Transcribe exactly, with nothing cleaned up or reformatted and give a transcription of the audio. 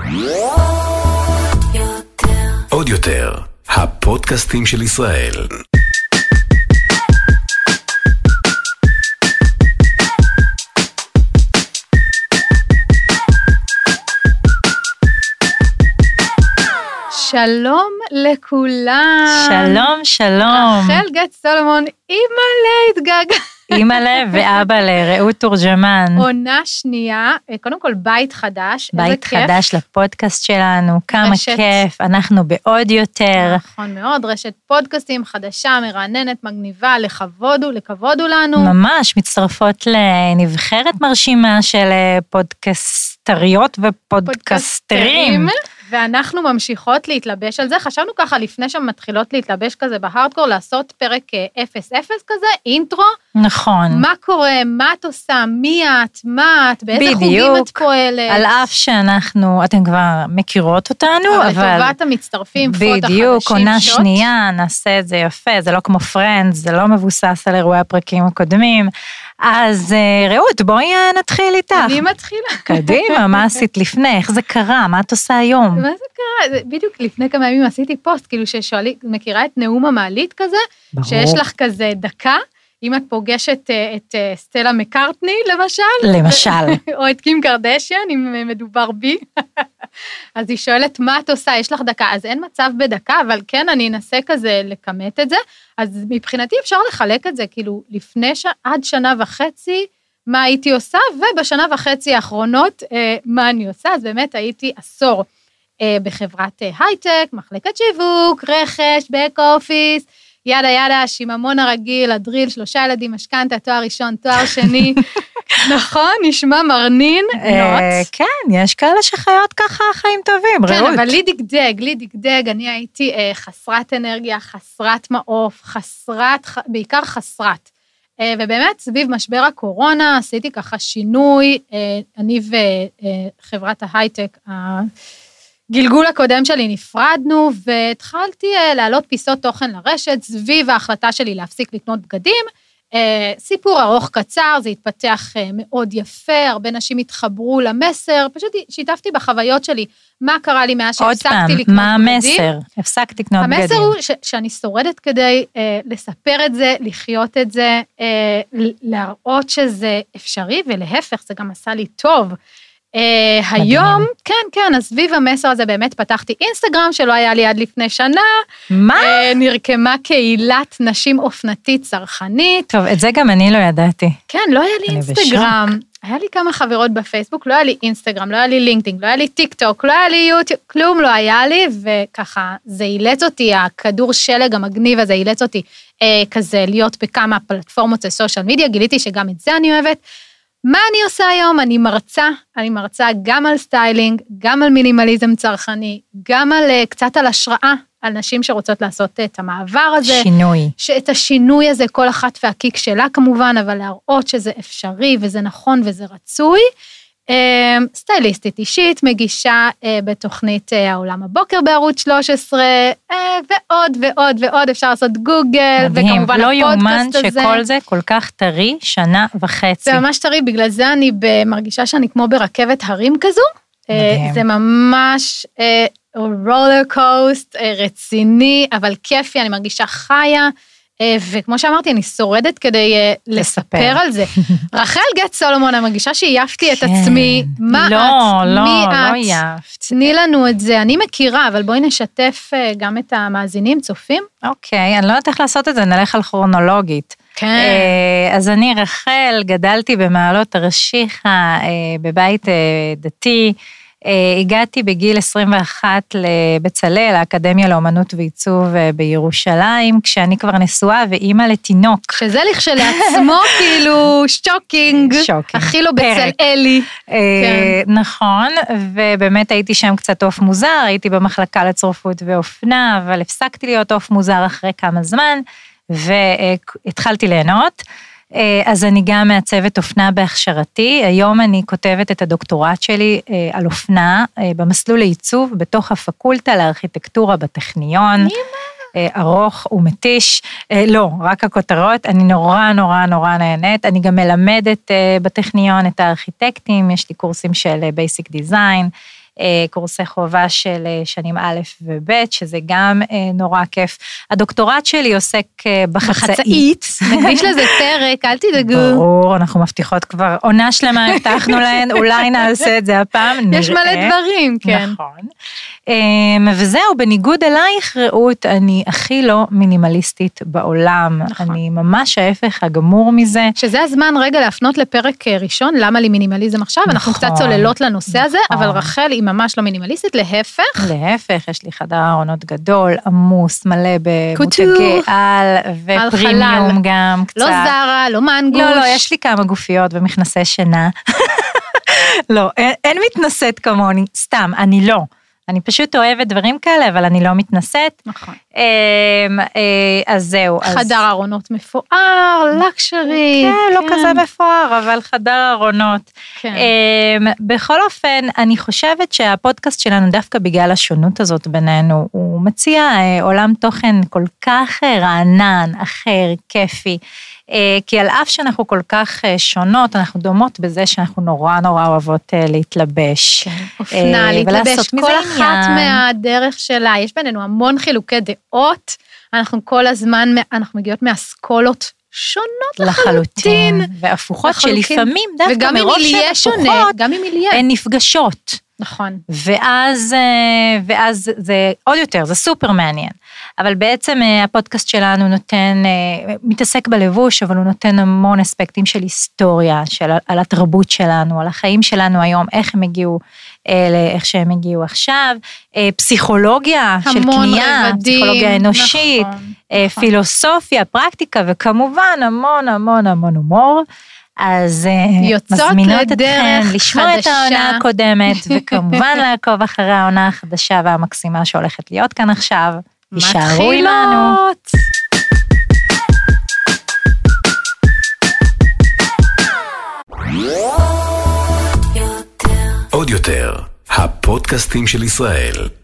עוד יותר, הפודקאסטים של ישראל. שלום לכולם. שלום, שלום. רחל גת סולומון, אימא להתגעגע. אימא'לה ואבא לרעות תורג'מן. עונה שנייה, קודם כל בית חדש. בית חדש לפודקאסט שלנו, כמה רשת. כיף, אנחנו בעוד יותר. נכון מאוד, רשת פודקאסטים חדשה, מרעננת, מגניבה, לכבודו, לכבודו לנו. ממש, מצטרפות לנבחרת מרשימה של פודקסטריות ופודקסטרים. ואנחנו ממשיכות להתלבש על זה, חשבנו ככה לפני שמתחילות להתלבש כזה בהארדקור, לעשות פרק אפס אפס כזה, אינטרו. נכון. מה קורה, מה את עושה, מי את, מה את, באיזה בדיוק, חוגים את פועלת. על אף שאנחנו, אתם כבר מכירות אותנו, אבל... אבל... לטובת המצטרפים, פות החדשים. בדיוק, עונה שנייה, נעשה את זה יפה, זה לא כמו פרנדס, זה לא מבוסס על אירועי הפרקים הקודמים, אז רעות, בואי נתחיל איתך. אני מתחילה. קדימה, מה עשית לפני? איך זה קרה? מה את עושה היום? מה זה קרה? בדיוק לפני כמה ימים עשיתי פוסט, כאילו ששואלי, מכירה את נאום המעלית כזה? ברור. שיש לך כזה דקה, אם את פוגשת את סטלה מקארטני, למשל. למשל. או את קים קרדשיאן, אם מדובר בי. אז היא שואלת, מה את עושה? יש לך דקה. אז אין מצב בדקה, אבל כן, אני אנסה כזה לקמת את זה. אז מבחינתי אפשר לחלק את זה, כאילו, לפני ש... עד שנה וחצי, מה הייתי עושה, ובשנה וחצי האחרונות, מה אני עושה. אז באמת הייתי עשור בחברת הייטק, מחלקת שיווק, רכש, בק אופיס, ידה ידה, שיממון הרגיל, הדריל, שלושה ילדים, משכנתה, תואר ראשון, תואר שני, נכון? נשמע מרנין, נוט. כן, יש כאלה שחיות ככה חיים טובים, רעות. כן, אבל לי דגדג, לי דגדג, אני הייתי חסרת אנרגיה, חסרת מעוף, חסרת, בעיקר חסרת. ובאמת, סביב משבר הקורונה, עשיתי ככה שינוי, אני וחברת ההייטק, גלגול הקודם שלי נפרדנו, והתחלתי להעלות פיסות תוכן לרשת, סביב ההחלטה שלי להפסיק לקנות בגדים, סיפור ארוך קצר, זה התפתח מאוד יפה, הרבה נשים התחברו למסר, פשוט שיתפתי בחוויות שלי, מה קרה לי מאז שהפסקתי לקנות בגדים. עוד פעם, מה המסר? הפסקתי לקנות בגדים. המסר הוא ש- שאני שורדת כדי אה, לספר את זה, לחיות את זה, אה, להראות שזה אפשרי, ולהפך, זה גם עשה לי טוב. Uh, היום, כן, כן, אז סביב המסר הזה באמת פתחתי אינסטגרם, שלא היה לי עד לפני שנה. מה? Uh, נרקמה קהילת נשים אופנתית צרכנית. טוב, את זה גם אני לא ידעתי. כן, לא היה לי אינסטגרם. בשוק. היה לי כמה חברות בפייסבוק, לא היה לי אינסטגרם, לא היה לי לינקדאין, לא היה לי טיק טוק, לא היה לי יוטיוב, כלום לא היה לי, וככה זה אילץ אותי, הכדור שלג המגניב הזה אילץ אותי, uh, כזה להיות בכמה פלטפורמות לסושיאל מדיה, גיליתי שגם את זה אני אוהבת. מה אני עושה היום? אני מרצה, אני מרצה גם על סטיילינג, גם על מינימליזם צרכני, גם על, קצת על השראה, על נשים שרוצות לעשות את המעבר הזה. שינוי. שאת השינוי הזה, כל אחת והקיק שלה כמובן, אבל להראות שזה אפשרי וזה נכון וזה רצוי. סטייליסטית אישית, מגישה בתוכנית העולם הבוקר בערוץ שלוש עשרה, ועוד ועוד ועוד, אפשר לעשות גוגל, וכמובן לא יומן הפודקאסט הזה. שכל זה כל כך טרי, שנה וחצי. זה ממש טרי, בגלל זה אני מרגישה שאני כמו ברכבת הרים כזו, מדהים. זה ממש רולר קוסט, רציני, אבל כיפי, אני מרגישה חיה, וכמו שאמרתי, אני שורדת כדי לספר על זה. רחל גת סולומון, אני מרגישה שעייפתי את עצמי, מה את? לא, לא, לא עייפת? תני לנו את זה, אני מכירה, אבל בואי נשתף גם את המאזינים, צופים. אוקיי, אני לא יודעת איך לעשות את זה, נלך על כרונולוגית. כן. אז אני רחל, גדלתי במעלות תרשיחא, בבית דתי, הגעתי בגיל עשרים ואחת לבצלאל, האקדמיה לאומנות ועיצוב בירושלים, כשאני כבר נשואה ואימא לתינוק. שזה לכשלעצמו כאילו שוקינג, הכי לא בצלאלי. נכון, ובאמת הייתי שם קצת אוף מוזר, הייתי במחלקה לצורפות ואופנה, אבל הפסקתי להיות אוף מוזר אחרי כמה זמן, והתחלתי ליהנות. אז אני גם מעצבת אופנה בהכשרתי, היום אני כותבת את הדוקטורט שלי על אופנה, במסלול לעיצוב, בתוך הפקולטה לארכיטקטורה בטכניון, ארוך ומתיש, לא, רק הכותרות, אני נורא נורא נורא נהנית, אני גם מלמדת בטכניון את הארכיטקטים, יש לי קורסים של בייסיק דיזיין, קורסי חובה של שנים א' וב', שזה גם נורא כיף. הדוקטורט שלי עוסק בחצאית. נקדיש לזה פרק, אל תדאגו. ברור, אנחנו מבטיחות כבר, עונה שלמה הבטחנו להן, אולי נעשה את זה הפעם, נראה. יש מלא דברים, כן. נכון. וזהו, בניגוד אלייך, רעות, אני הכי לא מינימליסטית בעולם. נכון. אני ממש ההפך הגמור מזה. שזה הזמן רגע להפנות לפרק ראשון, למה לי מינימליזם עכשיו? נכון, אנחנו קצת צוללות לנושא נכון. הזה, אבל רחל היא ממש לא מינימליסטית, להפך. להפך, יש לי חדר ארונות גדול, עמוס, מלא במותגי על, ופרימיום גם קצת. לא זרה, לא מנגוש. לא, לא, יש לי כמה גופיות ומכנסי שינה. לא, אין, אין מתנשאת כמוני, סתם, אני לא. אני פשוט אוהבת דברים כאלה, אבל אני לא מתנשאת. נכון. אז זהו. חדר ארונות מפואר, לקשרי. כן, לא כזה מפואר, אבל חדר ארונות. כן. בכל אופן, אני חושבת שהפודקאסט שלנו, דווקא בגלל השונות הזאת בינינו, הוא מציע עולם תוכן כל כך רענן, אחר, כיפי, כי על אף שאנחנו כל כך שונות, אנחנו דומות בזה שאנחנו נורא נורא אוהבות להתלבש. כן, אופנה, להתלבש, כל אחת מהדרך שלה, יש בינינו המון חילוקי דעות, אנחנו כל הזמן, אנחנו מגיעות מהסקולות שונות לחלוטין. והפוכות שלפעמים, דווקא מרוב שהן הפוכות, הן נפגשות. נכון. ואז, ואז זה עוד יותר, זה סופר מעניין. אבל בעצם הפודקאסט שלנו נותן, מתעסק בלבוש, אבל הוא נותן המון אספקטים של היסטוריה, של, על התרבות שלנו, על החיים שלנו היום, איך הם הגיעו, איך שהם הגיעו עכשיו, פסיכולוגיה של קנייה, רבדים, פסיכולוגיה אנושית, נכון, פילוסופיה, פרקטיקה, וכמובן המון המון המון הומור. אז מזמינות אתכם לשמוע את העונה הקודמת, וכמובן לעקוב אחרי העונה החדשה והמקסימה שהולכת להיות כאן עכשיו. יישארו עמנו. עוד יותר, הפודקאסטים של ישראל.